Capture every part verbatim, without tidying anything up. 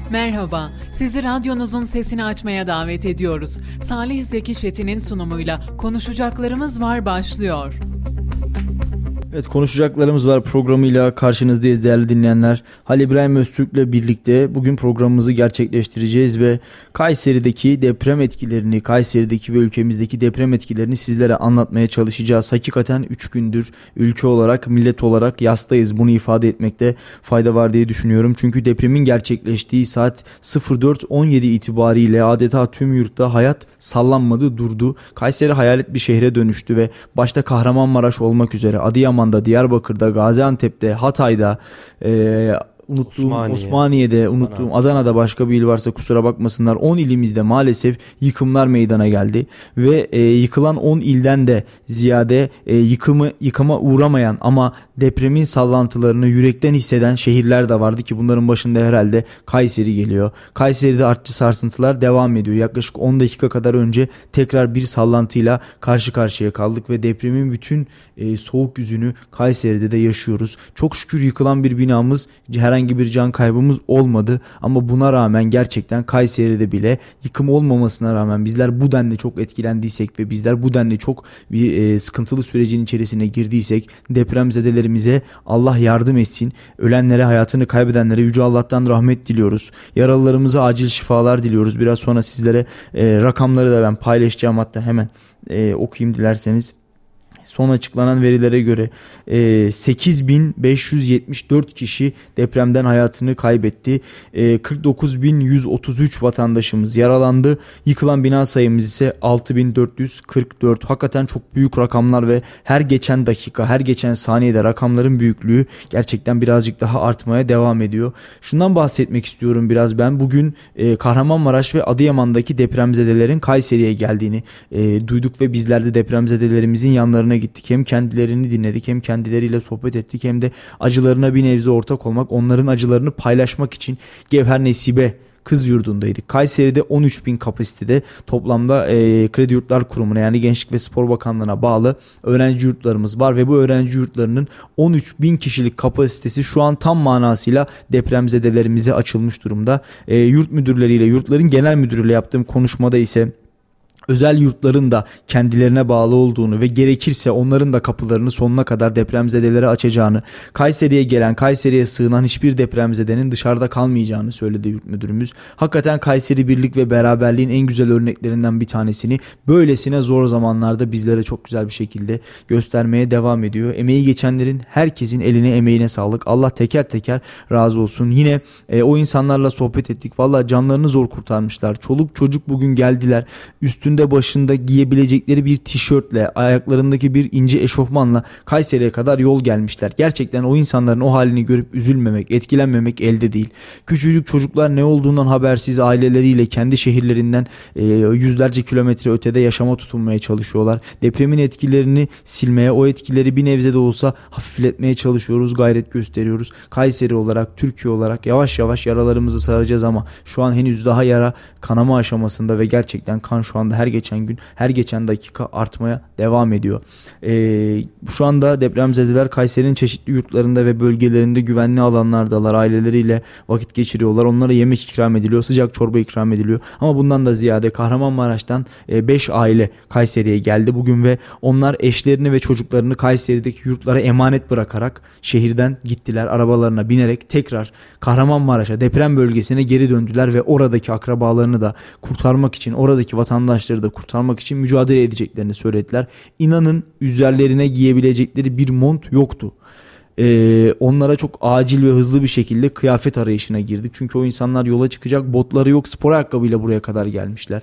Merhaba, sizi radyonuzun sesini açmaya davet ediyoruz. Salih Zeki Çetin'in sunumuyla Konuşacaklarımız Var başlıyor. Evet, konuşacaklarımız var programıyla karşınızdayız değerli dinleyenler. Halil İbrahim Öztürk'le birlikte bugün programımızı gerçekleştireceğiz ve Kayseri'deki deprem etkilerini, Kayseri'deki ve ülkemizdeki deprem etkilerini sizlere anlatmaya çalışacağız. Hakikaten üç gündür ülke olarak, millet olarak yastayız. Bunu ifade etmekte fayda var diye düşünüyorum. Çünkü depremin gerçekleştiği saat dört on yedi itibariyle adeta tüm yurtta hayat sallanmadı, durdu. Kayseri hayalet bir şehre dönüştü ve başta Kahramanmaraş olmak üzere Adıyaman, Diyarbakır'da, Gaziantep'te, Hatay'da, e, unuttuğum Osmaniye. Osmaniye'de, unuttuğum Adana'da başka bir il varsa kusura bakmasınlar. on ilimizde maalesef yıkımlar meydana geldi ve e, yıkılan on ilden de ziyade e, yıkımı yıkıma uğramayan ama depremin sallantılarını yürekten hisseden şehirler de vardı ki bunların başında herhalde Kayseri geliyor. Kayseri'de artçı sarsıntılar devam ediyor. Yaklaşık on dakika kadar önce tekrar bir sallantıyla karşı karşıya kaldık ve depremin bütün e, soğuk yüzünü Kayseri'de de yaşıyoruz. Çok şükür yıkılan bir binamız, herhangi Herhangi bir can kaybımız olmadı ama buna rağmen gerçekten Kayseri'de bile yıkım olmamasına rağmen bizler bu denli çok etkilendiysek ve bizler bu denli çok bir e, sıkıntılı sürecin içerisine girdiysek depremzedelerimize Allah yardım etsin. Ölenlere, hayatını kaybedenlere Yüce Allah'tan rahmet diliyoruz. Yaralılarımıza acil şifalar diliyoruz. Biraz sonra sizlere e, rakamları da ben paylaşacağım, hatta hemen e, okuyayım dilerseniz. Son açıklanan verilere göre e, sekiz bin beş yüz yetmiş dört kişi depremden hayatını kaybetti. E, kırk dokuz bin yüz otuz üç vatandaşımız yaralandı. Yıkılan bina sayımız ise altı bin dört yüz kırk dört. Hakikaten çok büyük rakamlar ve her geçen dakika, her geçen saniyede rakamların büyüklüğü gerçekten birazcık daha artmaya devam ediyor. Şundan bahsetmek istiyorum biraz ben. Bugün e, Kahramanmaraş ve Adıyaman'daki depremzedelerin Kayseri'ye geldiğini e, duyduk ve bizler de depremzedelerimizin yanlarına gittik. Hem kendilerini dinledik, hem kendileriyle sohbet ettik, hem de acılarına bir nebze ortak olmak, onların acılarını paylaşmak için Gevher Nesibe Kız Yurdu'ndaydık. Kayseri'de on üç bin kapasitede toplamda e, Kredi Yurtlar Kurumu'na, yani Gençlik ve Spor Bakanlığı'na bağlı öğrenci yurtlarımız var ve bu öğrenci yurtlarının on üç bin kişilik kapasitesi şu an tam manasıyla depremzedelerimize açılmış durumda. E, yurt müdürleriyle, yurtların genel müdürüyle yaptığım konuşmada ise özel yurtların da kendilerine bağlı olduğunu ve gerekirse onların da kapılarını sonuna kadar depremzedelere açacağını, Kayseri'ye gelen, Kayseri'ye sığınan hiçbir depremzedenin dışarıda kalmayacağını söyledi yurt müdürümüz. Hakikaten Kayseri birlik ve beraberliğin en güzel örneklerinden bir tanesini böylesine zor zamanlarda bizlere çok güzel bir şekilde göstermeye devam ediyor. Emeği geçenlerin, herkesin eline emeğine sağlık. Allah teker teker razı olsun. Yine e, o insanlarla sohbet ettik. Vallahi canlarını zor kurtarmışlar. Çoluk çocuk bugün geldiler. Üstünde başında giyebilecekleri bir tişörtle, ayaklarındaki bir ince eşofmanla Kayseri'ye kadar yol gelmişler. Gerçekten o insanların o halini görüp üzülmemek, etkilenmemek elde değil. Küçücük çocuklar ne olduğundan habersiz aileleriyle kendi şehirlerinden e, yüzlerce kilometre ötede yaşama tutunmaya çalışıyorlar. Depremin etkilerini silmeye, o etkileri bir nebze de olsa hafifletmeye çalışıyoruz, gayret gösteriyoruz. Kayseri olarak, Türkiye olarak yavaş yavaş yaralarımızı saracağız ama şu an henüz daha yara kanama aşamasında ve gerçekten kan şu anda her geçen gün, her geçen dakika artmaya devam ediyor. Ee, şu anda depremzedeler Kayseri'nin çeşitli yurtlarında ve bölgelerinde güvenli alanlardalar. Aileleriyle vakit geçiriyorlar. Onlara yemek ikram ediliyor. Sıcak çorba ikram ediliyor. Ama bundan da ziyade Kahramanmaraş'tan beş aile Kayseri'ye geldi bugün ve onlar eşlerini ve çocuklarını Kayseri'deki yurtlara emanet bırakarak şehirden gittiler. Arabalarına binerek tekrar Kahramanmaraş'a, deprem bölgesine geri döndüler ve oradaki akrabalarını da kurtarmak için, oradaki vatandaşları da kurtarmak için mücadele edeceklerini söylediler. İnanın üzerlerine giyebilecekleri bir mont yoktu. Ee, onlara çok acil ve hızlı bir şekilde kıyafet arayışına girdik. Çünkü o insanlar yola çıkacak, botları yok, spor ayakkabıyla buraya kadar gelmişler.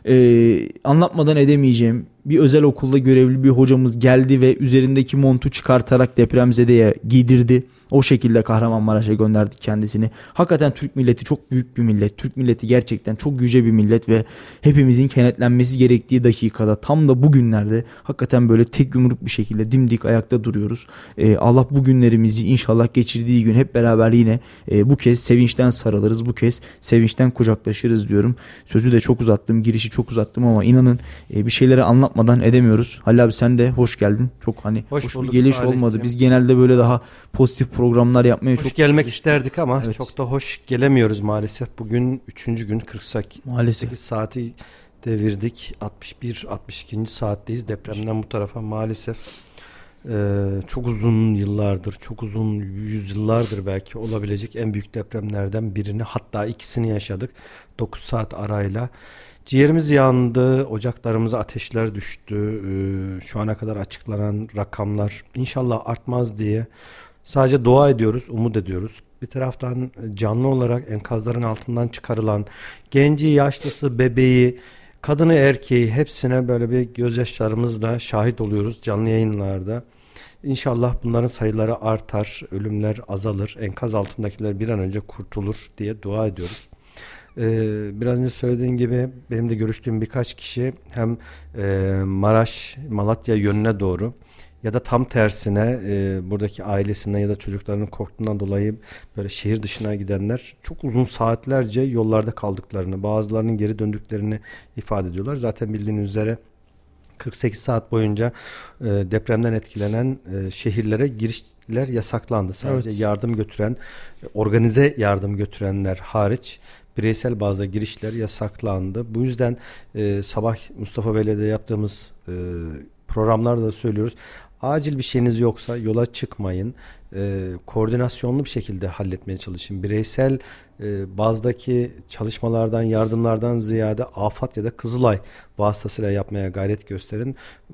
Ee, anlatmadan edemeyeceğim, bir özel okulda görevli bir hocamız geldi ve üzerindeki montu çıkartarak depremzedeye giydirdi. O şekilde Kahramanmaraş'a gönderdik kendisini. Hakikaten Türk milleti çok büyük bir millet. Türk milleti gerçekten çok yüce bir millet ve hepimizin kenetlenmesi gerektiği dakikada, tam da bugünlerde hakikaten böyle tek yumruk bir şekilde dimdik ayakta duruyoruz. Ee, Allah bu günlerimizi inşallah geçirdiği gün hep beraber yine e, bu kez sevinçten sarılırız. Bu kez sevinçten kucaklaşırız diyorum. Sözü de çok uzattım, girişi çok uzattım ama inanın e, bir şeyleri anlatmadan edemiyoruz. Halil abi sen de hoş geldin. Çok hani hoş, hoş bir geliş olmadı. Biz genelde böyle daha pozitif programlar yapmaya hoş çok gelmek isterdik ama evet. çok da hoş gelemiyoruz maalesef. Bugün üçüncü gün kırk sekiz saati devirdik. altmış bir altmış ikinci saatteyiz. Depremden bu tarafa maalesef e, çok uzun yıllardır, çok uzun yüzyıllardır belki olabilecek en büyük depremlerden birini, hatta ikisini yaşadık. dokuz saat arayla. Ciğerimiz yandı, ocaklarımıza ateşler düştü. Ee, şu ana kadar açıklanan rakamlar inşallah artmaz diye sadece dua ediyoruz, umut ediyoruz. Bir taraftan canlı olarak enkazların altından çıkarılan genci, yaşlısı, bebeği, kadını, erkeği hepsine böyle bir gözyaşlarımızla şahit oluyoruz canlı yayınlarda. İnşallah bunların sayıları artar, ölümler azalır, enkaz altındakiler bir an önce kurtulur diye dua ediyoruz. Ee, biraz önce söylediğim gibi benim de görüştüğüm birkaç kişi hem e, Maraş, Malatya yönüne doğru ya da tam tersine e, buradaki ailesinden ya da çocuklarının korktuğundan dolayı böyle şehir dışına gidenler çok uzun saatlerce yollarda kaldıklarını, bazılarının geri döndüklerini ifade ediyorlar. Zaten bildiğiniz üzere kırk sekiz saat boyunca e, depremden etkilenen e, şehirlere girişler yasaklandı. Sadece evet. yardım götüren, organize yardım götürenler hariç bireysel bazda girişler yasaklandı. Bu yüzden e, sabah Mustafa Bey'le de yaptığımız e, programlarda da söylüyoruz. Acil bir şeyiniz yoksa yola çıkmayın. E, koordinasyonlu bir şekilde halletmeye çalışın. Bireysel e, bazdaki çalışmalardan, yardımlardan ziyade AFAD ya da Kızılay vasıtasıyla yapmaya gayret gösterin.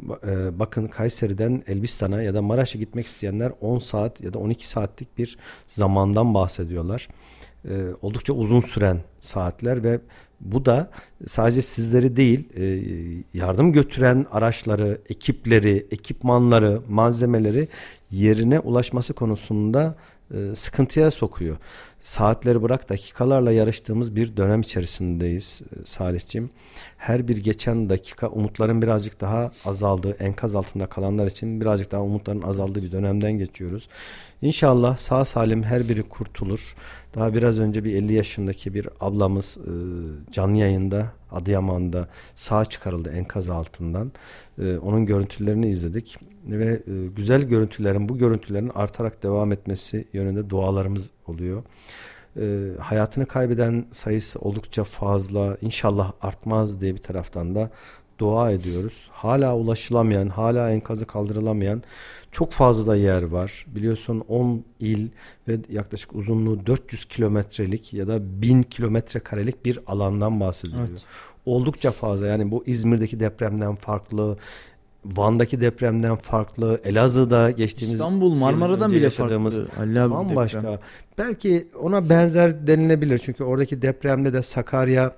E, bakın Kayseri'den Elbistan'a ya da Maraş'a gitmek isteyenler on saat ya da on iki saatlik bir zamandan bahsediyorlar. Ee, oldukça uzun süren saatler ve bu da sadece sizleri değil, e, yardım götüren araçları, ekipleri, ekipmanları, malzemeleri yerine ulaşması konusunda e, sıkıntıya sokuyor. Saatleri bırak, dakikalarla yarıştığımız bir dönem içerisindeyiz e, Salihciğim. Her bir geçen dakika umutların birazcık daha azaldığı, enkaz altında kalanlar için birazcık daha umutların azaldığı bir dönemden geçiyoruz. İnşallah sağ salim her biri kurtulur. Daha biraz önce bir elli yaşındaki bir ablamız e, canlı yayında Adıyaman'da sağ çıkarıldı enkaz altından. E, onun görüntülerini izledik ve e, güzel görüntülerin, bu görüntülerin artarak devam etmesi yönünde dualarımız oluyor. E, hayatını kaybeden sayısı oldukça fazla, İnşallah artmaz diye bir taraftan da dua ediyoruz. Hala ulaşılamayan, hala enkazı kaldırılamayan çok fazla da yer var. Biliyorsun on il ve yaklaşık uzunluğu dört yüz kilometrelik ya da bin kilometre karelik bir alandan bahsediliyor. Evet. Oldukça fazla, yani bu İzmir'deki depremden farklı, Van'daki depremden farklı, Elazığ'da geçtiğimiz İstanbul, Marmara'dan bile farklı. Bambaşka. Deprem. Belki ona benzer denilebilir. Çünkü oradaki depremde de Sakarya,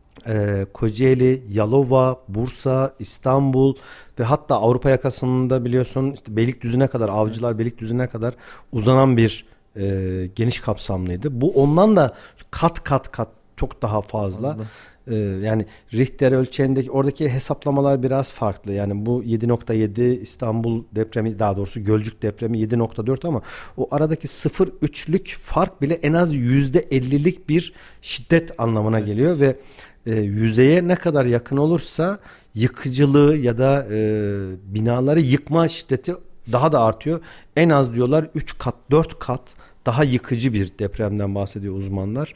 Ee, Kocaeli, Yalova, Bursa, İstanbul ve hatta Avrupa yakasında biliyorsun işte Beylikdüzü'ne kadar, Avcılar Beylikdüzü'ne kadar uzanan bir e, geniş kapsamlıydı. Bu ondan da kat kat kat çok daha fazla. fazla. Ee, yani Richter ölçeğindeki oradaki hesaplamalar biraz farklı. Yani bu yedi nokta yedi İstanbul depremi, daha doğrusu Gölcük depremi yedi nokta dört ama o aradaki sıfır virgül üçlük fark bile en az yüzde ellilik bir şiddet anlamına evet. geliyor ve e, yüzeye ne kadar yakın olursa yıkıcılığı ya da e, binaları yıkma şiddeti daha da artıyor. En az diyorlar üç kat dört kat daha yıkıcı bir depremden bahsediyor uzmanlar.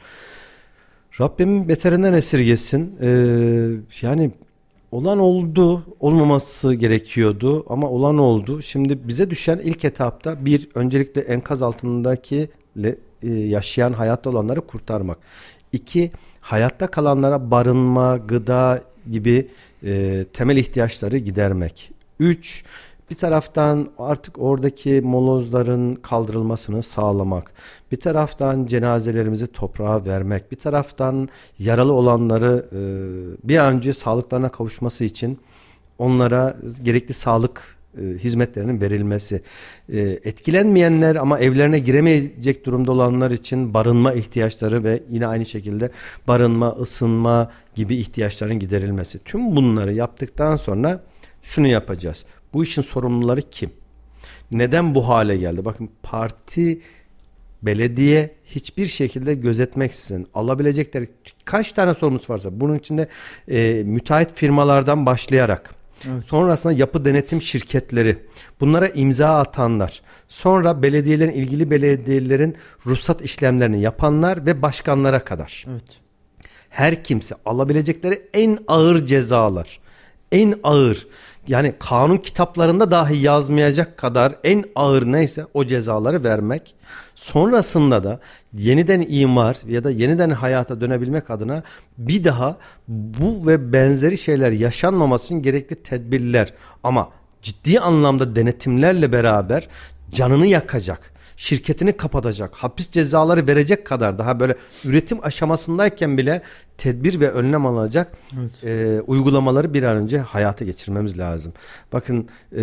Rabbim beterinden esirgesin. Ee, yani olan oldu, olmaması gerekiyordu ama olan oldu. Şimdi bize düşen ilk etapta bir, öncelikle enkaz altındaki e, yaşayan, hayatta olanları kurtarmak. İki, hayatta kalanlara barınma, gıda gibi e, temel ihtiyaçları gidermek. Üç, bir taraftan artık oradaki molozların kaldırılmasını sağlamak. Bir taraftan cenazelerimizi toprağa vermek. Bir taraftan yaralı olanları e, bir an önce sağlıklarına kavuşması için onlara gerekli sağlık e, hizmetlerinin verilmesi. E, etkilenmeyenler ama evlerine giremeyecek durumda olanlar için barınma ihtiyaçları ve yine aynı şekilde barınma, ısınma gibi ihtiyaçların giderilmesi. Tüm bunları yaptıktan sonra şunu yapacağız. Bu işin sorumluları kim? Neden bu hale geldi? Bakın, parti, belediye hiçbir şekilde gözetmeksizin alabilecekleri kaç tane sorumlusu varsa, bunun içinde e, müteahhit firmalardan başlayarak Evet. Sonrasında yapı denetim şirketleri, bunlara imza atanlar, sonra belediyelerin, ilgili belediyelerin ruhsat işlemlerini yapanlar ve başkanlara kadar. Evet. Her kimse alabilecekleri en ağır cezalar, en ağır, yani kanun kitaplarında dahi yazmayacak kadar en ağır neyse o cezaları vermek. Sonrasında da yeniden imar ya da yeniden hayata dönebilmek adına bir daha bu ve benzeri şeyler yaşanmaması için gerekli tedbirler, ama ciddi anlamda denetimlerle beraber canını yakacak, şirketini kapatacak, hapis cezaları verecek kadar daha böyle üretim aşamasındayken bile tedbir ve önlem alacak evet. e, uygulamaları bir an önce hayata geçirmemiz lazım. Bakın e,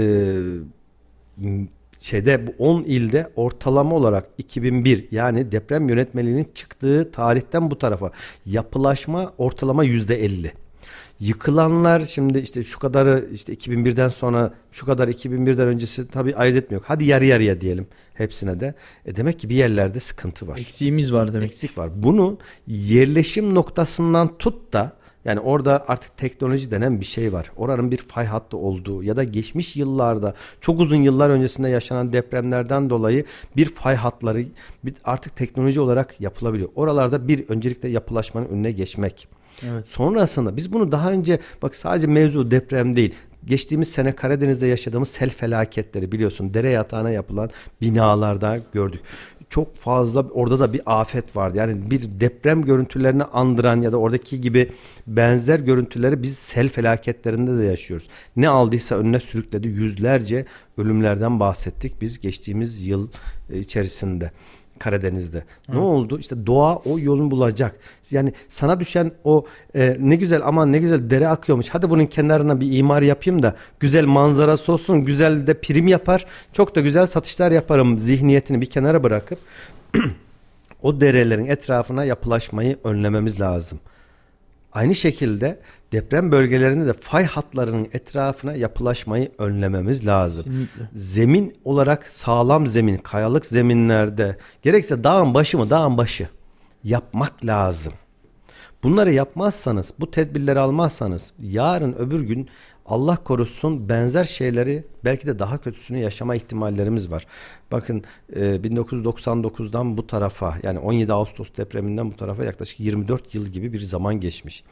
şeyde bu on ilde ortalama olarak iki bin bir, yani deprem yönetmeliğinin çıktığı tarihten bu tarafa yapılaşma ortalama yüzde elli. Yıkılanlar şimdi işte şu kadarı işte iki bin birden sonra, şu kadar iki bin birden öncesi tabii ayırt etmiyor. Hadi yarı yarıya diyelim hepsine de. E demek ki bir yerlerde sıkıntı var. Eksiğimiz var demek. Eksik var. Bunun yerleşim noktasından tut da, yani orada artık teknoloji denen bir şey var. Oranın bir fay hattı olduğu ya da geçmiş yıllarda, çok uzun yıllar öncesinde yaşanan depremlerden dolayı bir fay hatları artık teknoloji olarak yapılabiliyor. Oralarda bir öncelikle yapılaşmanın önüne geçmek. Evet. Sonrasında biz bunu daha önce, bak sadece mevzu deprem değil. Geçtiğimiz sene Karadeniz'de yaşadığımız sel felaketleri biliyorsun, dere yatağına yapılan binalarda gördük. Çok fazla orada da bir afet vardı. Yani bir deprem görüntülerini andıran ya da oradaki gibi benzer görüntüleri biz sel felaketlerinde de yaşıyoruz. Ne aldıysa önüne sürükledi. Yüzlerce ölümlerden bahsettik biz geçtiğimiz yıl içerisinde. Karadeniz'de. Hı. Ne oldu? İşte doğa o yolunu bulacak. Yani sana düşen o e, ne güzel, aman ne güzel dere akıyormuş. Hadi bunun kenarına bir imar yapayım da güzel manzarası olsun. Güzel de prim yapar. Çok da güzel satışlar yaparım zihniyetini bir kenara bırakıp o derelerin etrafına yapılaşmayı önlememiz lazım. Aynı şekilde deprem bölgelerinde de fay hatlarının etrafına yapılaşmayı önlememiz lazım. Kesinlikle. Zemin olarak sağlam zemin, kayalık zeminlerde, gerekse dağın başı mı dağın başı yapmak lazım. Bunları yapmazsanız, bu tedbirleri almazsanız yarın öbür gün Allah korusun benzer şeyleri, belki de daha kötüsünü yaşama ihtimallerimiz var. Bakın bin dokuz yüz doksan dokuzdan bu tarafa, yani on yedi Ağustos depreminden bu tarafa yaklaşık yirmi dört yıl gibi bir zaman geçmiş.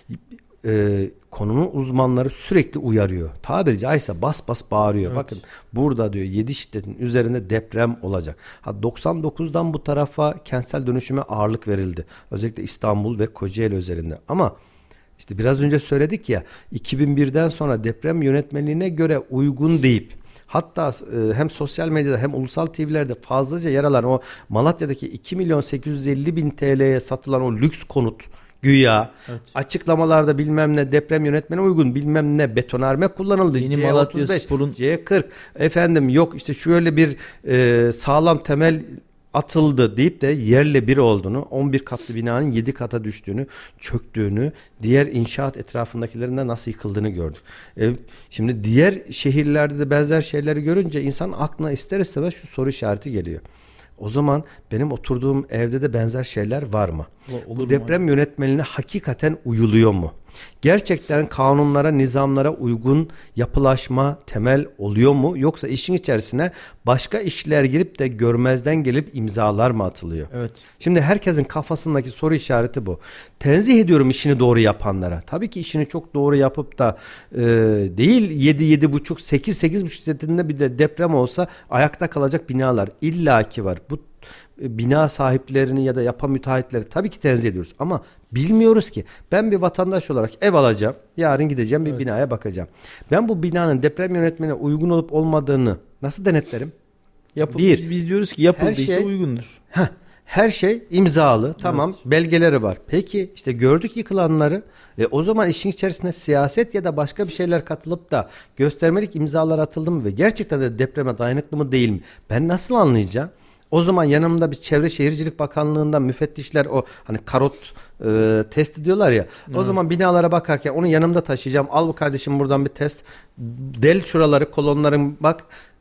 Ee, konunun uzmanları sürekli uyarıyor. Tabiri caizse bas bas bağırıyor. Evet. Bakın burada diyor yedi şiddetin üzerinde deprem olacak. Ha doksan dokuzdan bu tarafa kentsel dönüşüme ağırlık verildi. Özellikle İstanbul ve Kocaeli üzerinde. Ama işte biraz önce söyledik ya, iki bin birden sonra deprem yönetmeliğine göre uygun deyip hatta e, hem sosyal medyada hem ulusal T V'lerde fazlaca yer alan o Malatya'daki iki milyon sekiz yüz elli bin T L'ye satılan o lüks konut güya evet. açıklamalarda bilmem ne deprem yönetmene uygun bilmem ne betonarme kullanıldı. Yeni C otuz beş, Spor'un... C kırk efendim yok işte şöyle bir e, sağlam temel atıldı deyip de yerle bir olduğunu, on bir katlı binanın yedi kata düştüğünü, çöktüğünü, diğer inşaat etrafındakilerin de nasıl yıkıldığını gördük. E, şimdi diğer şehirlerde de benzer şeyleri görünce insan aklına ister istemez şu soru işareti geliyor. O zaman benim oturduğum evde de benzer şeyler var mı? Olur Bu deprem mu? Yönetmeliğine hakikaten uyuluyor mu? Gerçekten kanunlara, nizamlara uygun yapılaşma temel oluyor mu? Yoksa işin içerisine başka işler girip de görmezden gelip imzalar mı atılıyor? Evet. Şimdi herkesin kafasındaki soru işareti bu. Tenzih ediyorum işini doğru yapanlara. Tabii ki işini çok doğru yapıp da e, değil yedi yedi buçuk sekiz sekiz buçuk şiddetinde bir de deprem olsa ayakta kalacak binalar illaki var. Bu bina sahiplerini ya da yapan müteahhitleri tabii ki tenzih ediyoruz ama bilmiyoruz ki. Ben bir vatandaş olarak ev alacağım, yarın gideceğim bir evet. binaya bakacağım. Ben bu binanın deprem yönetmeliğine uygun olup olmadığını nasıl denetlerim? Yapıl, bir, biz, biz diyoruz ki yapıldıysa şey, uygundur. Heh, her şey imzalı, tamam, evet. belgeleri var. Peki işte gördük yıkılanları. E, o zaman işin içerisine siyaset ya da başka bir şeyler katılıp da göstermelik imzalar atıldı mı ve gerçekten de depreme dayanıklı mı değil mi? Ben nasıl anlayacağım? O zaman yanımda bir Çevre Şehircilik Bakanlığı'ndan müfettişler o hani karot e, test ediyorlar ya. O hmm. zaman binalara bakarken onu yanımda taşıyacağım. Al bu kardeşim buradan bir test. Del şuraları, kolonların bak.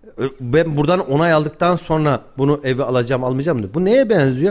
Ben buradan onay aldıktan sonra bunu eve alacağım, almayacağım diyor. Bu neye benziyor?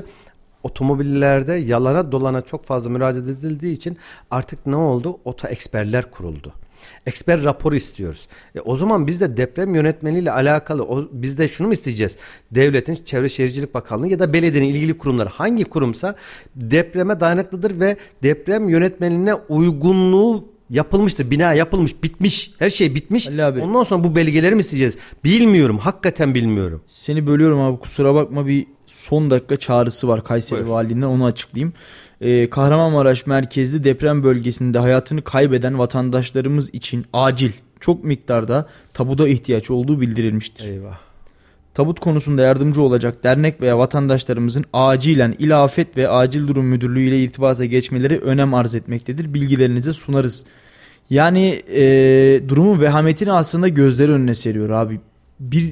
Otomobillerde yalana dolana çok fazla müracaat edildiği için artık ne oldu? Oto eksperler kuruldu. Eksper raporu istiyoruz. E o zaman biz de deprem yönetmeliğiyle alakalı o, biz de şunu mu isteyeceğiz? Devletin Çevre Şehircilik Bakanlığı ya da belediyenin ilgili kurumları hangi kurumsa depreme dayanıklıdır ve deprem yönetmeliğine uygunluğu yapılmıştır. Bina yapılmış, bitmiş. Her şey bitmiş. Ondan sonra bu belgeleri mi isteyeceğiz? Bilmiyorum. Hakikaten bilmiyorum. Seni bölüyorum abi. Kusura bakma, bir son dakika çağrısı var Kayseri Buyur. Valiliğinden, onu açıklayayım. Ee, Kahramanmaraş merkezli deprem bölgesinde hayatını kaybeden vatandaşlarımız için acil, çok miktarda tabuda ihtiyaç olduğu bildirilmiştir. Eyvah. Tabut konusunda yardımcı olacak dernek veya vatandaşlarımızın acilen İl Afet ve Acil Durum Müdürlüğü ile irtibata geçmeleri önem arz etmektedir. Bilgilerinize sunarız. Yani e, durumun vehametini aslında gözleri önüne seriyor abi. Bir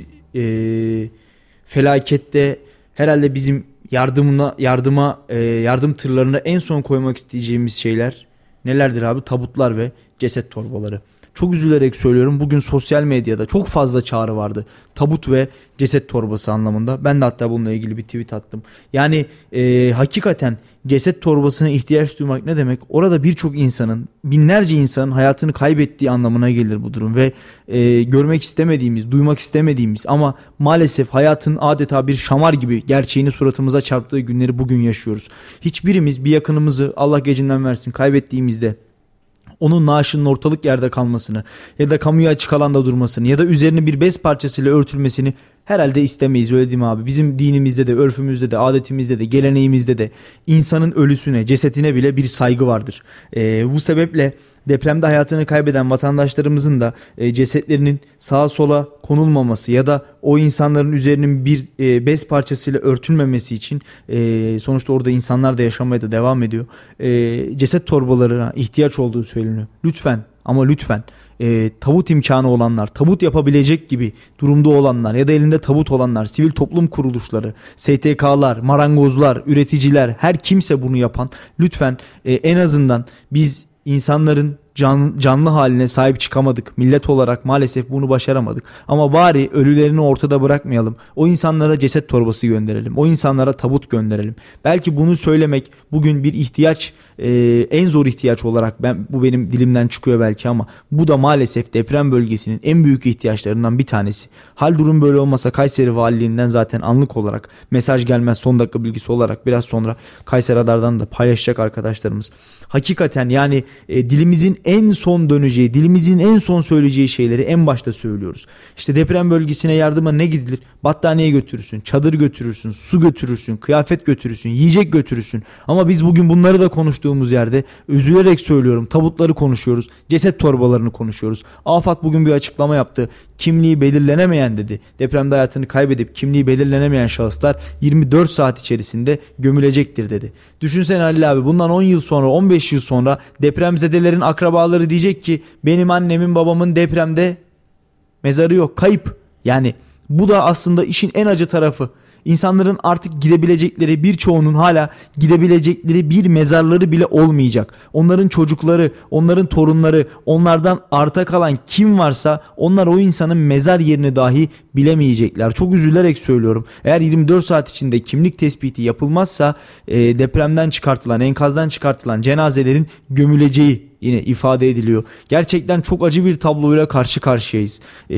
e, felakette herhalde bizim yardımına yardıma e, yardım tırlarına en son koymak isteyeceğimiz şeyler nelerdir abi? Tabutlar ve ceset torbaları. Çok üzülerek söylüyorum, bugün sosyal medyada çok fazla çağrı vardı. Tabut ve ceset torbası anlamında. Ben de hatta bununla ilgili bir tweet attım. Yani e, hakikaten ceset torbasına ihtiyaç duymak ne demek? Orada birçok insanın, binlerce insanın hayatını kaybettiği anlamına gelir bu durum. Ve e, görmek istemediğimiz, duymak istemediğimiz ama maalesef hayatın adeta bir şamar gibi gerçeğini suratımıza çarptığı günleri bugün yaşıyoruz. Hiçbirimiz bir yakınımızı, Allah gecinden versin, kaybettiğimizde onun naaşının ortalık yerde kalmasını ya da kamuya açık alanda durmasını ya da üzerine bir bez parçasıyla örtülmesini herhalde istemeyiz, öyle değil mi abi? Bizim dinimizde de, örfümüzde de, adetimizde de, geleneğimizde de insanın ölüsüne, cesetine bile bir saygı vardır. Ee, bu sebeple depremde hayatını kaybeden vatandaşlarımızın da e, cesetlerinin sağa sola konulmaması ya da o insanların üzerinin bir e, bez parçasıyla örtülmemesi için e, sonuçta orada insanlar da yaşamaya da devam ediyor. E, ceset torbalarına ihtiyaç olduğu söyleniyor. Lütfen ama lütfen e, tabut imkanı olanlar, tabut yapabilecek gibi durumda olanlar ya da elinde tabut olanlar, sivil toplum kuruluşları, S T K'lar, marangozlar, üreticiler, her kimse bunu yapan lütfen e, en azından biz insanların can, canlı haline sahip çıkamadık. Millet olarak maalesef bunu başaramadık. Ama bari ölülerini ortada bırakmayalım. O insanlara ceset torbası gönderelim. O insanlara tabut gönderelim. Belki bunu söylemek bugün bir ihtiyaç, e, en zor ihtiyaç olarak ben bu benim dilimden çıkıyor belki ama bu da maalesef deprem bölgesinin en büyük ihtiyaçlarından bir tanesi. Hal durum böyle olmasa Kayseri Valiliğinden zaten anlık olarak mesaj gelmez, son dakika bilgisi olarak biraz sonra Kayseri Radar'dan da paylaşacak arkadaşlarımız. Hakikaten yani e, dilimizin en son döneceği, dilimizin en son söyleyeceği şeyleri en başta söylüyoruz. İşte deprem bölgesine yardıma ne gidilir? Battaniye götürürsün, çadır götürürsün, su götürürsün, kıyafet götürürsün, yiyecek götürürsün. Ama biz bugün bunları da konuştuğumuz yerde üzülerek söylüyorum, tabutları konuşuyoruz, ceset torbalarını konuşuyoruz. AFAD bugün bir açıklama yaptı. Kimliği belirlenemeyen dedi. Depremde hayatını kaybedip kimliği belirlenemeyen şahıslar yirmi dört saat içerisinde gömülecektir dedi. Düşünsene Halil abi, bundan on yıl sonra, on beş yıl sonra depremzedelerin akrabaları diyecek ki benim annemin babamın depremde mezarı yok, kayıp. Yani bu da aslında işin en acı tarafı. İnsanların artık gidebilecekleri, birçoğunun hala gidebilecekleri bir mezarları bile olmayacak. Onların çocukları, onların torunları, onlardan arta kalan kim varsa onlar o insanın mezar yerini dahi bilemeyecekler. Çok üzülerek söylüyorum. Eğer yirmi dört saat içinde kimlik tespiti yapılmazsa e, depremden çıkartılan, enkazdan çıkartılan cenazelerin gömüleceği yine ifade ediliyor. Gerçekten çok acı bir tabloyla karşı karşıyayız. Ee,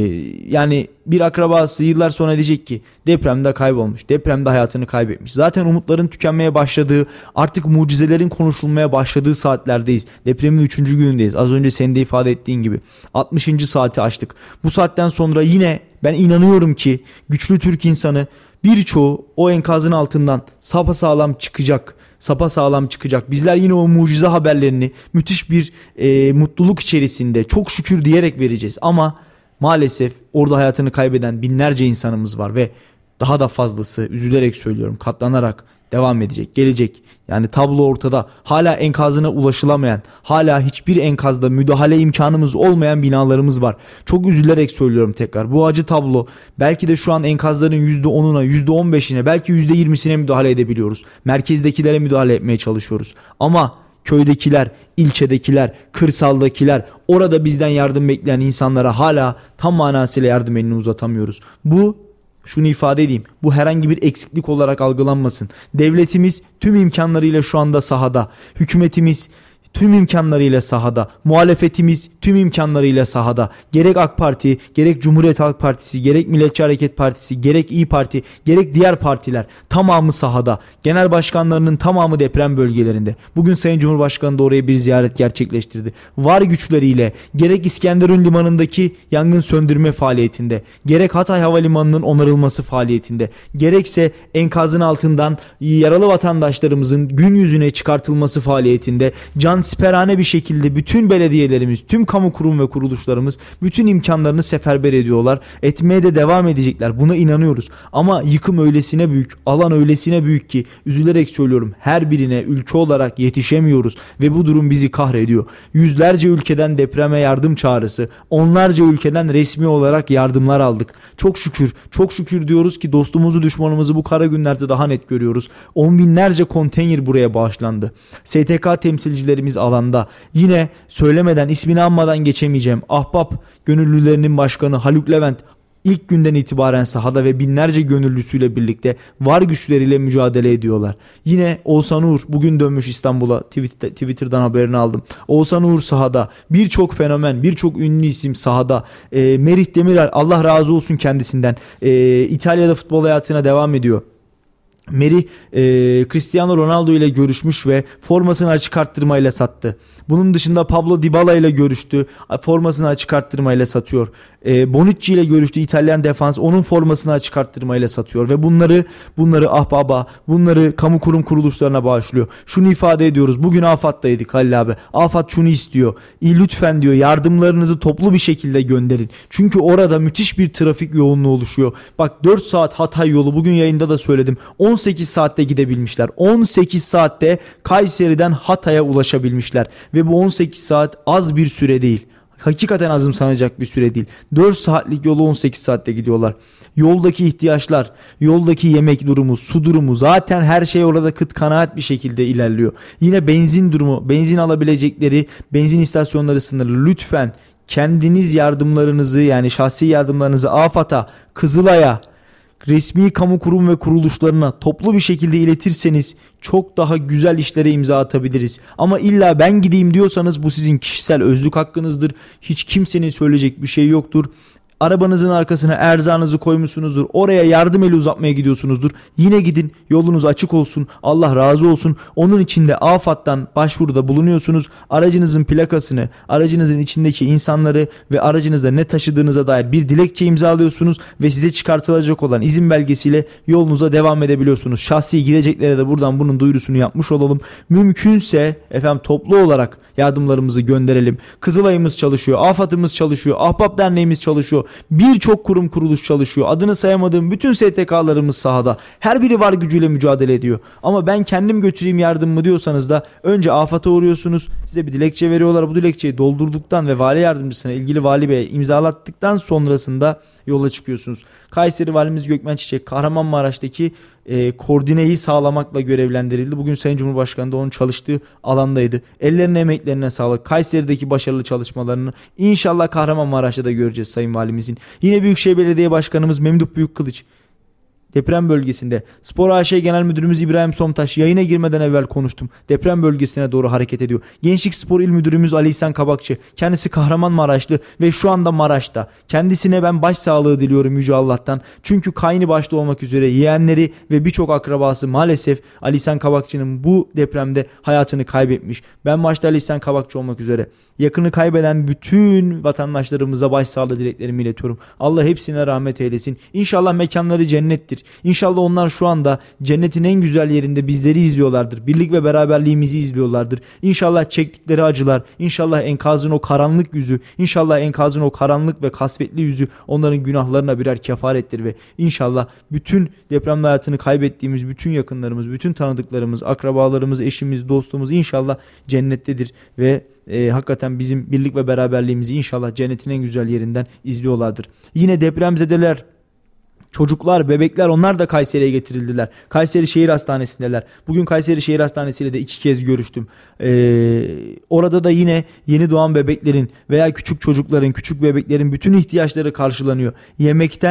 yani bir akrabası yıllar sonra diyecek ki depremde kaybolmuş, depremde hayatını kaybetmiş. Zaten umutların tükenmeye başladığı, artık mucizelerin konuşulmaya başladığı saatlerdeyiz. Depremin üçüncü günündeyiz. Az önce senin de ifade ettiğin gibi. altmışıncı saati açtık. Bu saatten sonra yine ben inanıyorum ki güçlü Türk insanı birçoğu o enkazın altından sapasağlam çıkacak. Sapasağlam çıkacak. Bizler yine o mucize haberlerini müthiş bir e, mutluluk içerisinde çok şükür diyerek vereceğiz. Ama maalesef orada hayatını kaybeden binlerce insanımız var ve daha da fazlası, üzülerek söylüyorum, katlanarak devam edecek, gelecek. Yani tablo ortada. Hala enkazına ulaşılamayan, hala hiçbir enkazda müdahale imkanımız olmayan binalarımız var. Çok üzülerek söylüyorum tekrar. Bu acı tablo, belki de şu an enkazların yüzde onuna, yüzde on beşine, belki yüzde yirmisine müdahale edebiliyoruz. Merkezdekilere müdahale etmeye çalışıyoruz. Ama köydekiler, ilçedekiler, kırsaldakiler, orada bizden yardım bekleyen insanlara hala tam manasıyla yardım elini uzatamıyoruz. Bu, şunu ifade edeyim, bu herhangi bir eksiklik olarak algılanmasın. Devletimiz tüm imkanlarıyla şu anda sahada. Hükümetimiz tüm imkanlarıyla sahada. Muhalefetimiz tüm imkanlarıyla sahada. Gerek AK Parti, gerek Cumhuriyet Halk Partisi, gerek Milliyetçi Hareket Partisi, gerek İYİ Parti, gerek diğer partiler tamamı sahada. Genel başkanlarının tamamı deprem bölgelerinde. Bugün Sayın Cumhurbaşkanı da oraya bir ziyaret gerçekleştirdi. Var güçleriyle gerek İskenderun Limanı'ndaki yangın söndürme faaliyetinde, gerek Hatay Havalimanı'nın onarılması faaliyetinde, gerekse enkazın altından yaralı vatandaşlarımızın gün yüzüne çıkartılması faaliyetinde cansiperane bir şekilde bütün belediyelerimiz, tüm kamu kurum ve kuruluşlarımız bütün imkanlarını seferber ediyorlar. Etmeye de devam edecekler. Buna inanıyoruz. Ama yıkım öylesine büyük, alan öylesine büyük ki üzülerek söylüyorum, her birine ülke olarak yetişemiyoruz ve bu durum bizi kahrediyor. Yüzlerce ülkeden depreme yardım çağrısı, onlarca ülkeden resmi olarak yardımlar aldık. Çok şükür, çok şükür diyoruz ki dostumuzu, düşmanımızı bu kara günlerde daha net görüyoruz. On binlerce konteyner buraya bağışlandı. S T K temsilcilerimiz alanda. Yine söylemeden, ismini anmadan geçemeyeceğim. Ahbap gönüllülerinin başkanı Haluk Levent İlk günden itibaren sahada ve binlerce gönüllüsüyle birlikte var güçleriyle mücadele ediyorlar. Yine Oğuzhan Uğur bugün dönmüş İstanbul'a, Twitter'dan haberini aldım. Oğuzhan Uğur sahada, birçok fenomen, birçok ünlü isim sahada. E, Merih Demirer, Allah razı olsun kendisinden. E, İtalya'da futbol hayatına devam ediyor. Merih e, Cristiano Ronaldo ile görüşmüş ve formasını açık arttırmayla sattı. Bunun dışında Pablo Dybala ile görüştü. Formasını açık arttırmayla satıyor. E, Bonucci ile görüştü. İtalyan defans. Onun formasını açık arttırmayla satıyor. Ve bunları bunları ahbaba, bunları kamu kurum kuruluşlarına bağışlıyor. Şunu ifade ediyoruz. Bugün AFAD'daydık Halil abi. AFAD şunu istiyor. İyi, lütfen diyor, yardımlarınızı toplu bir şekilde gönderin. Çünkü orada müthiş bir trafik yoğunluğu oluşuyor. Bak, dört saat Hatay yolu, bugün yayında da söyledim. on sekiz saatte gidebilmişler. on sekiz saatte Kayseri'den Hatay'a ulaşabilmişler. Ve bu on sekiz saat az bir süre değil. Hakikaten azımsanacak bir süre değil. dört saatlik yolu on sekiz saatte gidiyorlar. Yoldaki ihtiyaçlar, yoldaki yemek durumu, su durumu, zaten her şey orada kıt kanaat bir şekilde ilerliyor. Yine benzin durumu, benzin alabilecekleri benzin istasyonları sınırlı. Lütfen kendiniz yardımlarınızı, yani şahsi yardımlarınızı AFAD'a, Kızılay'a, resmi kamu kurum ve kuruluşlarına toplu bir şekilde iletirseniz çok daha güzel işlere imza atabiliriz. Ama illa ben gideyim diyorsanız bu sizin kişisel özlük hakkınızdır. Hiç kimsenin söyleyecek bir şey yoktur. Arabanızın arkasına erzağınızı koymuşsunuzdur. Oraya yardım eli uzatmaya gidiyorsunuzdur. Yine gidin, yolunuz açık olsun. Allah razı olsun. Onun için de AFAD'dan başvuruda bulunuyorsunuz. Aracınızın plakasını, aracınızın içindeki insanları ve aracınızda ne taşıdığınıza dair bir dilekçe imzalıyorsunuz ve size çıkartılacak olan izin belgesiyle yolunuza devam edebiliyorsunuz. Şahsi gideceklere de buradan bunun duyurusunu yapmış olalım. Mümkünse efendim toplu olarak yardımlarımızı gönderelim. Kızılay'ımız çalışıyor, AFAD'ımız çalışıyor, Ahbap Derneğimiz çalışıyor. Birçok kurum kuruluş çalışıyor. Adını sayamadığım bütün S T K'larımız sahada. Her biri var gücüyle mücadele ediyor. Ama ben kendim götüreyim yardımımı diyorsanız da önce AFAD'a uğruyorsunuz. Size bir dilekçe veriyorlar. Bu dilekçeyi doldurduktan ve vali yardımcısına, ilgili vali beye imzalattıktan sonrasında yola çıkıyorsunuz. Kayseri Valimiz Gökmen Çiçek, Kahramanmaraş'taki e, koordineyi sağlamakla görevlendirildi. Bugün Sayın Cumhurbaşkanı da onun çalıştığı alandaydı. Ellerine, emeklerine sağlık. Kayseri'deki başarılı çalışmalarını inşallah Kahramanmaraş'ta da göreceğiz Sayın Valimizin. Yine Büyükşehir Belediye Başkanımız Memduh Büyükkılıç deprem bölgesinde. Spor A Ş Genel Müdürümüz İbrahim Somtaş, yayına girmeden evvel konuştum. Deprem bölgesine doğru hareket ediyor. Gençlik Spor İl Müdürümüz Ali İhsan Kabakçı. Kendisi Kahramanmaraşlı ve şu anda Maraş'ta. Kendisine ben başsağlığı diliyorum Yüce Allah'tan. Çünkü kaynı başta olmak üzere yeğenleri ve birçok akrabası maalesef Ali İhsan Kabakçı'nın bu depremde hayatını kaybetmiş. Ben başta Ali İhsan Kabakçı olmak üzere yakını kaybeden bütün vatandaşlarımıza başsağlığı dileklerimi iletiyorum. Allah hepsine rahmet eylesin. İnşallah mekanları cennettir. İnşallah onlar şu anda cennetin en güzel yerinde bizleri izliyorlardır. Birlik ve beraberliğimizi izliyorlardır. İnşallah çektikleri acılar, inşallah enkazın o karanlık yüzü, inşallah enkazın o karanlık ve kasvetli yüzü onların günahlarına birer kefarettir ve inşallah bütün depremde hayatını kaybettiğimiz bütün yakınlarımız, bütün tanıdıklarımız, akrabalarımız, eşimiz, dostumuz inşallah cennettedir ve E, hakikaten bizim birlik ve beraberliğimizi inşallah cennetin en güzel yerinden izliyorlardır. Yine depremzedeler, çocuklar, bebekler, onlar da Kayseri'ye getirildiler. Kayseri Şehir Hastanesi'ndeler. Bugün Kayseri Şehir Hastanesi ile de iki kez görüştüm. Ee, orada da yine yeni doğan bebeklerin veya küçük çocukların, küçük bebeklerin bütün ihtiyaçları karşılanıyor. Yemekten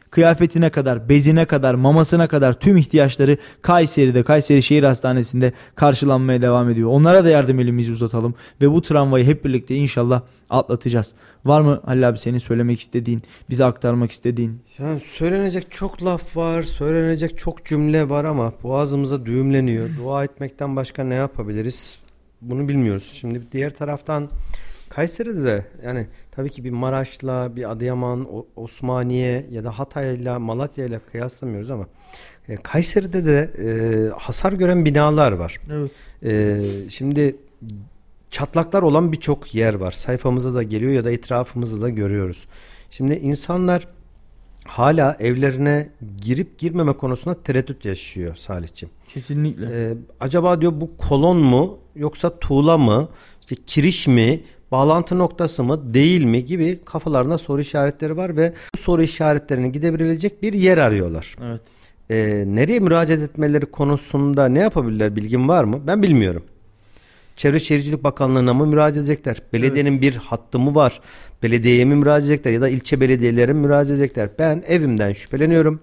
kıyafetine kadar, bezine kadar, mamasına kadar tüm ihtiyaçları Kayseri'de, Kayseri Şehir Hastanesi'nde karşılanmaya devam ediyor. Onlara da yardım elimizi uzatalım ve bu travmayı hep birlikte inşallah atlatacağız. Var mı Halil abi senin söylemek istediğin, bize aktarmak istediğin? Yani söylenecek çok laf var, söylenecek çok cümle var ama boğazımıza düğümleniyor. Dua etmekten başka ne yapabiliriz? Bunu bilmiyoruz. Şimdi diğer taraftan Kayseri'de de yani tabii ki bir Maraş'la, bir Adıyaman, Osmaniye ya da Hatay'la, Malatya'yla kıyaslamıyoruz ama e, Kayseri'de de e, hasar gören binalar var. Evet. E, şimdi çatlaklar olan birçok yer var. Sayfamıza da geliyor ya da etrafımızda da görüyoruz. Şimdi insanlar hala evlerine girip girmeme konusunda tereddüt yaşıyor Salihciğim. Kesinlikle. Ee, acaba diyor bu kolon mu yoksa tuğla mı, işte kiriş mi, bağlantı noktası mı değil mi gibi kafalarında soru işaretleri var ve bu soru işaretlerini gidebilecek bir yer arıyorlar. Evet. Ee, nereye müracaat etmeleri konusunda ne yapabilirler, bilgin var mı? Ben bilmiyorum. Çevre Şehircilik Bakanlığı'na mı müracaat edecekler? Belediyenin evet. bir hattı mı var? Belediyeye mi müracaat edecekler ya da ilçe belediyelere mi müracaat edecekler? Ben evimden şüpheleniyorum.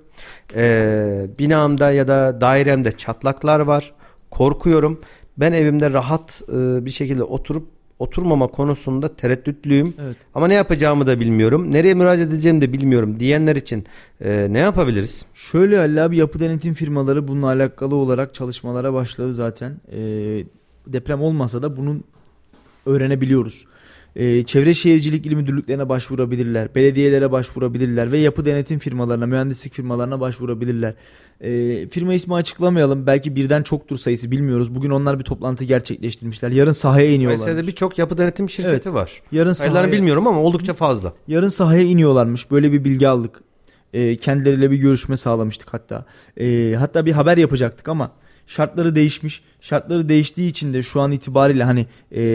Ee, binamda ya da dairemde çatlaklar var. Korkuyorum. Ben evimde rahat e, bir şekilde oturup oturmama konusunda tereddütlüyüm. Evet. Ama ne yapacağımı da bilmiyorum. Nereye müracaat edeceğimi de bilmiyorum diyenler için e, ne yapabiliriz? Şöyle Ali abi, yapı denetim firmaları bununla alakalı olarak çalışmalara başladı zaten. Eee Deprem olmasa da bunun öğrenebiliyoruz. Ee, Çevre Şehircilik İl Müdürlüklerine başvurabilirler, belediyelere başvurabilirler ve yapı denetim firmalarına, mühendislik firmalarına başvurabilirler. Ee, firma ismi açıklamayalım. Belki birden çoktur sayısı, bilmiyoruz. Bugün onlar bir toplantı gerçekleştirmişler. Yarın sahaya iniyorlar. Kayseri'de birçok yapı denetim şirketi evet. var. Yarın sayılarını sahaya, bilmiyorum ama oldukça fazla. Yarın sahaya iniyorlarmış. Böyle bir bilgi aldık. Ee, kendileriyle bir görüşme sağlamıştık hatta. Ee, hatta bir haber yapacaktık ama şartları değişmiş. Şartları değiştiği için de şu an itibariyle hani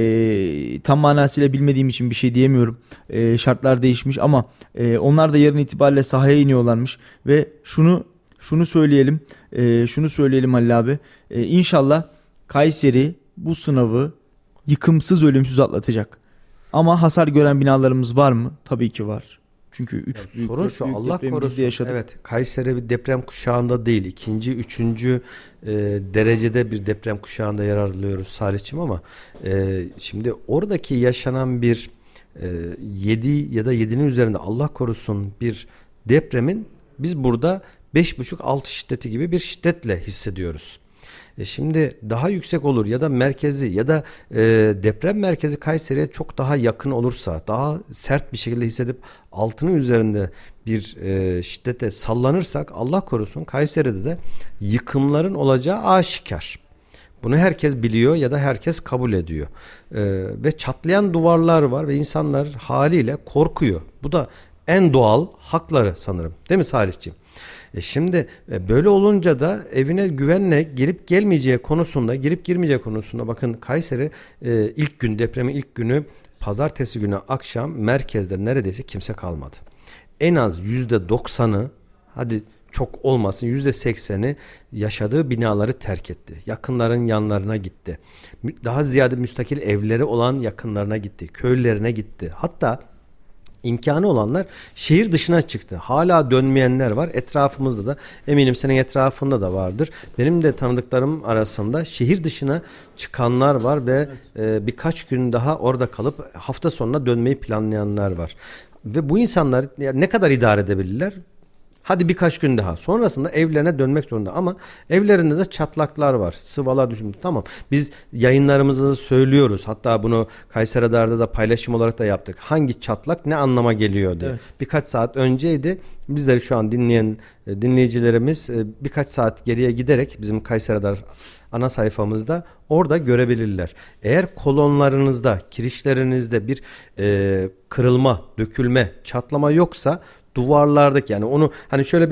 e, tam manasıyla bilmediğim için bir şey diyemiyorum. E, şartlar değişmiş ama e, onlar da yarın itibariyle sahaya iniyorlarmış ve şunu şunu söyleyelim. E, şunu söyleyelim Halil abi. E, İnşallah Kayseri bu sınavı yıkımsız, ölümsüz atlatacak. Ama hasar gören binalarımız var mı? Tabii ki var. Çünkü üç yani büyük, sorun şu, Allah korusun. Yaşadık. Evet, Kayseri bir deprem kuşağında değil. İkinci, üçüncü e, derecede bir deprem kuşağında yer alıyoruz Salihçim ama e, şimdi oradaki yaşanan bir e, yedi ya da yedinin üzerinde Allah korusun bir depremin biz burada beş buçuk altı şiddeti gibi bir şiddetle hissediyoruz. E şimdi daha yüksek olur ya da merkezi ya da e, deprem merkezi Kayseri'ye çok daha yakın olursa, daha sert bir şekilde hissedip altının üzerinde bir e, şiddete sallanırsak Allah korusun Kayseri'de de yıkımların olacağı aşikar. Bunu herkes biliyor ya da herkes kabul ediyor. E, ve çatlayan duvarlar var ve insanlar haliyle korkuyor. Bu da en doğal hakları sanırım. Değil mi Salihciğim? E şimdi e, böyle olunca da evine güvenle girip gelmeyeceği konusunda, girip girmeyeceği konusunda bakın Kayseri e, ilk gün, depremin ilk günü pazartesi günü akşam merkezde neredeyse kimse kalmadı. En az yüzde doksanı, hadi çok olmasın yüzde sekseni yaşadığı binaları terk etti. Yakınların yanlarına gitti. Daha ziyade müstakil evleri olan yakınlarına gitti. Köylerine gitti. Hatta İmkanı olanlar şehir dışına çıktı. Hala dönmeyenler var. Etrafımızda da, eminim senin etrafında da vardır. Benim de tanıdıklarım arasında şehir dışına çıkanlar var ve evet. e, birkaç gün daha orada kalıp hafta sonuna dönmeyi planlayanlar var. Ve bu insanlar ne kadar idare edebilirler? Hadi birkaç gün daha. Sonrasında evlerine dönmek zorunda. Ama evlerinde de çatlaklar var. Sıvalar düşmüş. Tamam. Biz yayınlarımızda da söylüyoruz. Hatta bunu Kayseri Radar'da da paylaşım olarak da yaptık. Hangi çatlak ne anlama geliyor diye. Evet. Birkaç saat önceydi. Bizleri şu an dinleyen dinleyicilerimiz birkaç saat geriye giderek bizim Kayseri Radar ana sayfamızda orada görebilirler. Eğer kolonlarınızda, kirişlerinizde bir e, kırılma, dökülme, çatlama yoksa duvarlardaki, yani onu hani şöyle bir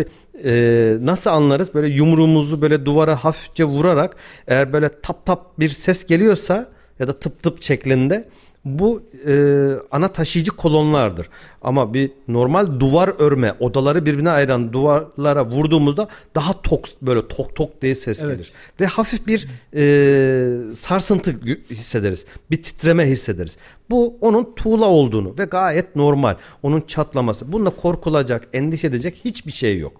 e, nasıl anlarız, böyle yumruğumuzu böyle duvara hafifçe vurarak eğer böyle tap tap bir ses geliyorsa ya da tıp tıp şeklinde Bu e, ana taşıyıcı kolonlardır. Ama bir normal duvar örme, odaları birbirine ayıran duvarlara vurduğumuzda daha tok, böyle tok tok diye ses evet. gelir. Ve hafif bir e, sarsıntı hissederiz. Bir titreme hissederiz. Bu onun tuğla olduğunu ve gayet normal. Onun çatlaması. Bunda korkulacak, endişe edecek hiçbir şey yok.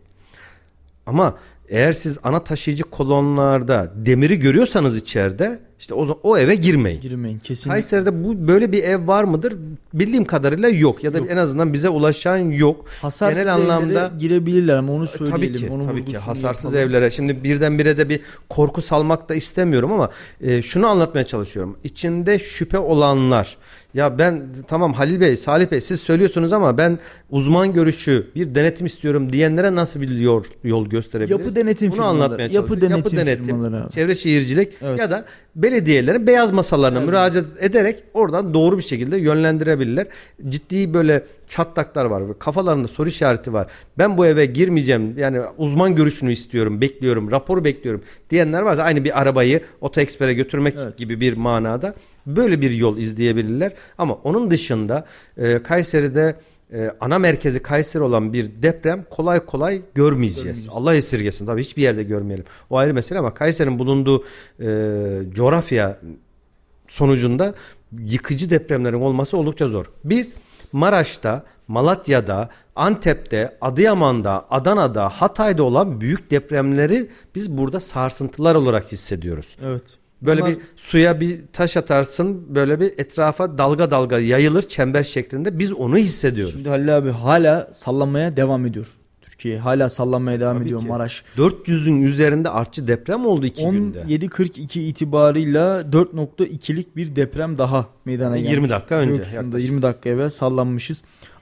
Ama eğer siz ana taşıyıcı kolonlarda demiri görüyorsanız içeride, işte o, o eve girmeyin. Girmeyin kesinlikle. Kayseri'de bu böyle bir ev var mıdır? Bildiğim kadarıyla yok ya da yok. En azından bize ulaşan yok. Hasarsız genel anlamda girebilirler ama onu söyleyelim. Tabii ki, onu tabii ki hasarsız yapalım. Evlere. Şimdi birdenbire de bir korku salmak da istemiyorum ama e, şunu anlatmaya çalışıyorum. İçinde şüphe olanlar, ya ben tamam Halil Bey, Salih Bey siz söylüyorsunuz ama ben uzman görüşü bir denetim istiyorum diyenlere nasıl bir yol, yol gösterebiliriz? Yapı denetim Bunu firmaları, anlatmaya yapı denetim, yapı denetim firmaları, çevre şehircilik evet. ya da belediyelerin beyaz masalarına beyaz müracaat mi? ederek oradan doğru bir şekilde yönlendirebilirler. Ciddi böyle çatlaklar var. Kafalarında soru işareti var. Ben bu eve girmeyeceğim. Yani uzman görüşünü istiyorum, bekliyorum, raporu bekliyorum diyenler varsa aynı bir arabayı otoekspere götürmek evet. gibi bir manada böyle bir yol izleyebilirler. Ama onun dışında e, Kayseri'de e, ana merkezi Kayseri olan bir deprem kolay kolay görmeyeceğiz. Görmeyeceğiz. Allah esirgesin. Tabii hiçbir yerde görmeyelim. O ayrı mesele ama Kayseri'nin bulunduğu e, coğrafya sonucunda yıkıcı depremlerin olması oldukça zor. Biz Maraş'ta, Malatya'da, Antep'te, Adıyaman'da, Adana'da, Hatay'da olan büyük depremleri biz burada sarsıntılar olarak hissediyoruz. Evet. Böyle Bunlar... bir suya bir taş atarsın, böyle bir etrafa dalga dalga yayılır çember şeklinde. Biz onu hissediyoruz. Şimdi Halil abi hala sallanmaya devam ediyor. Türkiye hala sallanmaya devam Tabii ediyor ki. Maraş. dört yüzün üzerinde artçı deprem oldu iki günde. on yedi kırk iki itibarıyla dört nokta ikilik bir deprem daha meydana geldi. yirmi dakika önce. yirmi dakika evvel sallanmışız.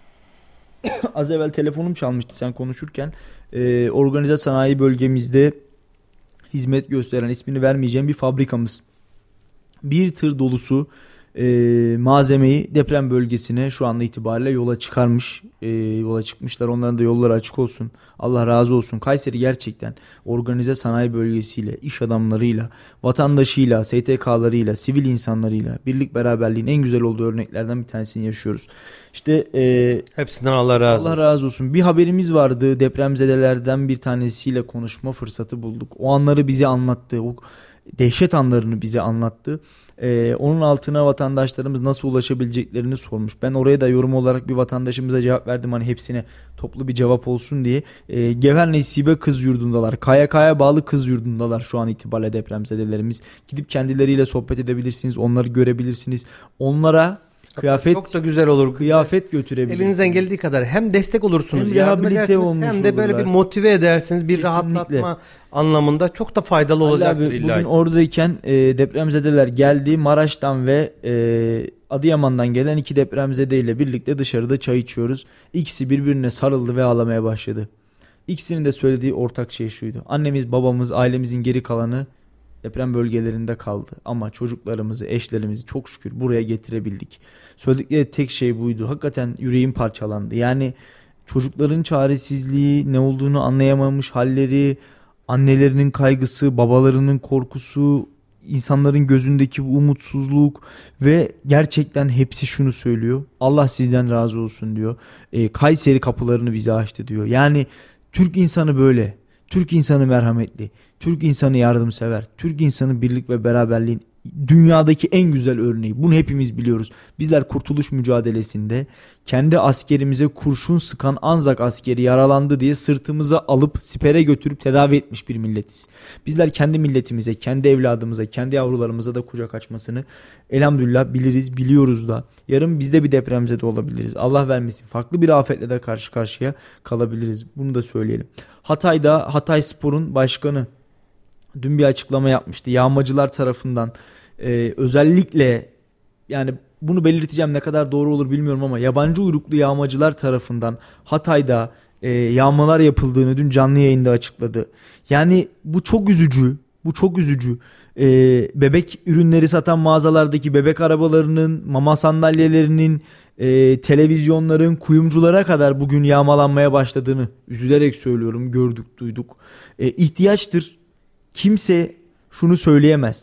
Az evvel telefonum çalmıştı sen konuşurken. Ee, organize sanayi bölgemizde hizmet gösteren, ismini vermeyeceğim bir fabrikamız bir tır dolusu e, malzemeyi deprem bölgesine şu anda itibariyle yola çıkarmış. E, yola çıkmışlar. Onların da yolları açık olsun. Allah razı olsun. Kayseri gerçekten organize sanayi bölgesiyle, iş adamlarıyla, vatandaşıyla, S T K'larıyla, sivil insanlarıyla birlik beraberliğin en güzel olduğu örneklerden bir tanesini yaşıyoruz. İşte e, hepsinden Allah razı Allah olsun. razı olsun. Bir haberimiz vardı. Depremzedelerden bir tanesiyle konuşma fırsatı bulduk. O anları bize anlattı. O dehşet anlarını bize anlattı. Ee, onun altına vatandaşlarımız nasıl ulaşabileceklerini sormuş. Ben oraya da yorum olarak bir vatandaşımıza cevap verdim. Hani hepsine toplu bir cevap olsun diye. Ee, Gever Nesibe Kız Yurdu'ndalar. K Y K'ya bağlı kız yurdundalar şu an itibariyle depremzedelerimiz. Gidip kendileriyle sohbet edebilirsiniz. Onları görebilirsiniz. Onlara kıyafet çok da güzel olur. Kıyafet götürebilirsiniz. Elinizden geldiği kadar hem destek olursunuz, hem yardım rehabilite edersiniz, hem de olurlar. böyle bir motive edersiniz, bir Kesinlikle. rahatlatma anlamında çok da faydalı olacaktır illa ki. Bugün oradayken e, depremzedeler geldi. Maraş'tan ve e, Adıyaman'dan gelen iki depremzedeyle birlikte dışarıda çay içiyoruz. İkisi birbirine sarıldı ve ağlamaya başladı. İkisinin de söylediği ortak şey şuydu. Annemiz, babamız, ailemizin geri kalanı deprem bölgelerinde kaldı. Ama çocuklarımızı, eşlerimizi çok şükür buraya getirebildik. Söyledikleri tek şey buydu. Hakikaten yüreğim parçalandı. Yani çocukların çaresizliği, ne olduğunu anlayamamış halleri, annelerinin kaygısı, babalarının korkusu, insanların gözündeki bu umutsuzluk ve gerçekten hepsi şunu söylüyor. Allah sizden razı olsun diyor. E, Kayseri kapılarını bize açtı diyor. Yani Türk insanı böyle. Türk insanı merhametli. Türk insanı yardımsever. Türk insanı birlik ve beraberliğin dünyadaki en güzel örneği. Bunu hepimiz biliyoruz. Bizler kurtuluş mücadelesinde kendi askerimize kurşun sıkan Anzak askeri yaralandı diye sırtımıza alıp sipere götürüp tedavi etmiş bir milletiz. Bizler kendi milletimize, kendi evladımıza, kendi yavrularımıza da kucak açmasını elhamdülillah biliriz, biliyoruz da. Yarın bizde bir depremzede olabiliriz. Allah vermesin. Farklı bir afetle de karşı karşıya kalabiliriz. Bunu da söyleyelim. Hatay'da Hatay Spor'un başkanı dün bir açıklama yapmıştı. Yağmacılar tarafından e, özellikle, yani bunu belirteceğim, ne kadar doğru olur bilmiyorum ama yabancı uyruklu yağmacılar tarafından Hatay'da e, yağmalar yapıldığını dün canlı yayında açıkladı. Yani bu çok üzücü. Bu çok üzücü. E, bebek ürünleri satan mağazalardaki bebek arabalarının, mama sandalyelerinin, e, televizyonların, kuyumculara kadar bugün yağmalanmaya başladığını üzülerek söylüyorum. Gördük, duyduk. E, ihtiyaçtır. Kimse şunu söyleyemez.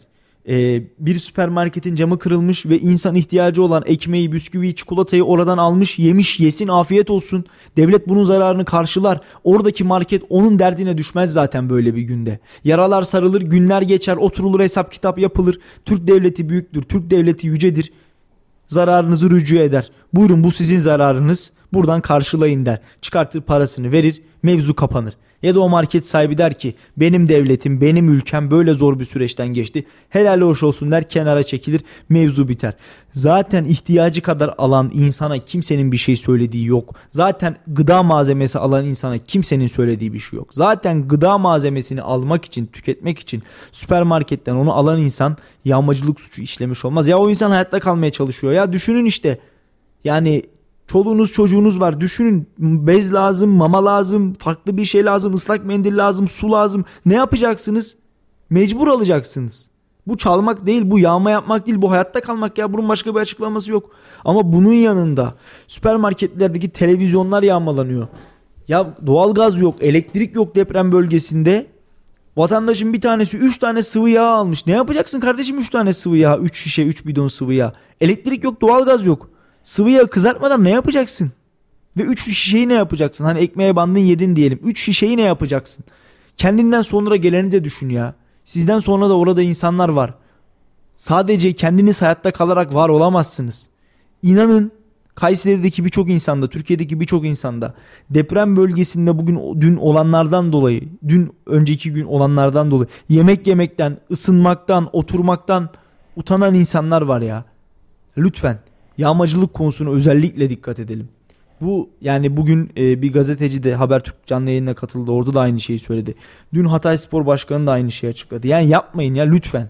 Ee, bir süpermarketin camı kırılmış ve insan ihtiyacı olan ekmeği, bisküviyi, çikolatayı oradan almış, yemiş, yesin, afiyet olsun. Devlet bunun zararını karşılar. Oradaki market onun derdine düşmez zaten böyle bir günde. Yaralar sarılır, günler geçer, oturulur, hesap kitap yapılır. Türk devleti büyüktür, Türk devleti yücedir. Zararınızı rücu eder. Buyurun, bu sizin zararınız. Buradan karşılayın der. Çıkartır parasını verir, mevzu kapanır. Ya da o market sahibi der ki benim devletim, benim ülkem böyle zor bir süreçten geçti. Helal hoş olsun der, kenara çekilir, mevzu biter. Zaten ihtiyacı kadar alan insana kimsenin bir şey söylediği yok. Zaten gıda malzemesi alan insana kimsenin söylediği bir şey yok. Zaten gıda malzemesini almak için, tüketmek için süpermarketten onu alan insan yağmacılık suçu işlemiş olmaz. Ya o insan hayatta kalmaya çalışıyor. Ya düşünün işte. Yani çoluğunuz çocuğunuz var. Düşünün, bez lazım, mama lazım, farklı bir şey lazım, ıslak mendil lazım, su lazım. Ne yapacaksınız? Mecbur alacaksınız. Bu çalmak değil, bu yağma yapmak değil, bu hayatta kalmak ya. Bunun başka bir açıklaması yok. Ama bunun yanında süpermarketlerdeki televizyonlar yağmalanıyor. Ya doğalgaz yok, elektrik yok deprem bölgesinde. Vatandaşın bir tanesi üç tane sıvı yağ almış. Ne yapacaksın kardeşim üç tane sıvı yağ? üç şişe, üç bidon sıvı yağ. Elektrik yok, doğalgaz yok. Sıvı yağı kızartmadan ne yapacaksın? Ve üç şişeyi ne yapacaksın? Hani ekmeğe bandın yedin diyelim. üç şişeyi ne yapacaksın? Kendinden sonra geleni de düşün ya. Sizden sonra da orada insanlar var. Sadece kendiniz hayatta kalarak var olamazsınız. İnanın Kayseri'deki birçok insanda, Türkiye'deki birçok insanda deprem bölgesinde bugün dün olanlardan dolayı, dün önceki gün olanlardan dolayı yemek yemekten, ısınmaktan, oturmaktan utanan insanlar var ya. Lütfen yağmacılık konusuna özellikle dikkat edelim. Bu yani bugün e, bir gazeteci de Habertürk canlı yayınına katıldı. Orada da aynı şeyi söyledi. Dün Hatayspor Başkanı da aynı şeyi açıkladı. Yani yapmayın ya lütfen.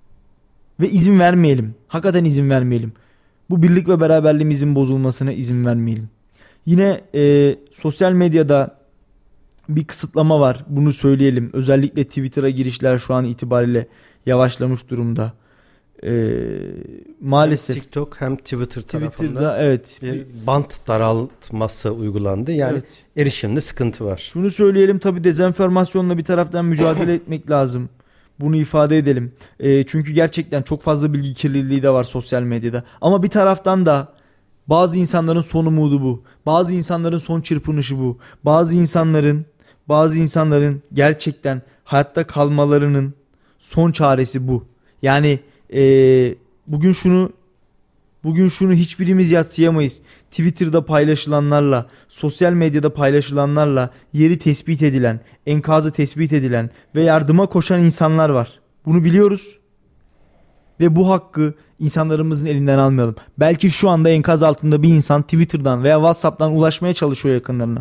Ve izin vermeyelim. Hakikaten izin vermeyelim. Bu birlik ve beraberliğimizin bozulmasına izin vermeyelim. Yine e, sosyal medyada bir kısıtlama var. Bunu söyleyelim. Özellikle Twitter'a girişler şu an itibariyle yavaşlamış durumda. Ee, maalesef hem TikTok hem Twitter Twitter'da tarafında evet bir bant daraltması uygulandı. Yani evet, erişimde sıkıntı var. Şunu söyleyelim, tabii dezenformasyonla bir taraftan mücadele etmek lazım. Bunu ifade edelim. E, çünkü gerçekten çok fazla bilgi kirliliği de var sosyal medyada. Ama bir taraftan da bazı insanların son umudu bu. Bazı insanların son çırpınışı bu. Bazı insanların bazı insanların gerçekten hayatta kalmalarının son çaresi bu. Yani Ee, bugün şunu bugün şunu hiçbirimiz yadsıyamayız. Twitter'da paylaşılanlarla, sosyal medyada paylaşılanlarla yeri tespit edilen, enkazı tespit edilen ve yardıma koşan insanlar var. Bunu biliyoruz. Ve bu hakkı insanlarımızın elinden almayalım. Belki şu anda enkaz altında bir insan Twitter'dan veya WhatsApp'tan ulaşmaya çalışıyor yakınlarına.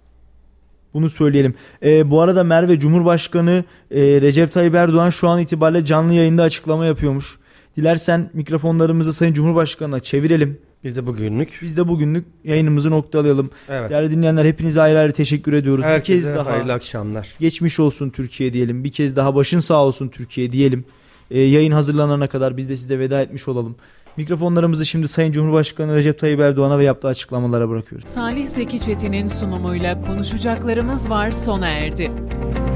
Bunu söyleyelim. Ee, bu arada Merve, Cumhurbaşkanı e, Recep Tayyip Erdoğan şu an itibariyle canlı yayında açıklama yapıyormuş. Dilersen mikrofonlarımızı Sayın Cumhurbaşkanı'na çevirelim. Biz de bugünlük. Biz de bugünlük yayınımızı noktalayalım. Evet. Değerli dinleyenler, hepinize ayrı ayrı teşekkür ediyoruz. Herkese bir kez daha hayırlı akşamlar. Geçmiş olsun Türkiye diyelim. Bir kez daha başın sağ olsun Türkiye diyelim. Ee, yayın hazırlanana kadar biz de size veda etmiş olalım. Mikrofonlarımızı şimdi Sayın Cumhurbaşkanı Recep Tayyip Erdoğan'a ve yaptığı açıklamalara bırakıyoruz. Salih Zeki Çetin'in sunumuyla konuşacaklarımız var sona erdi.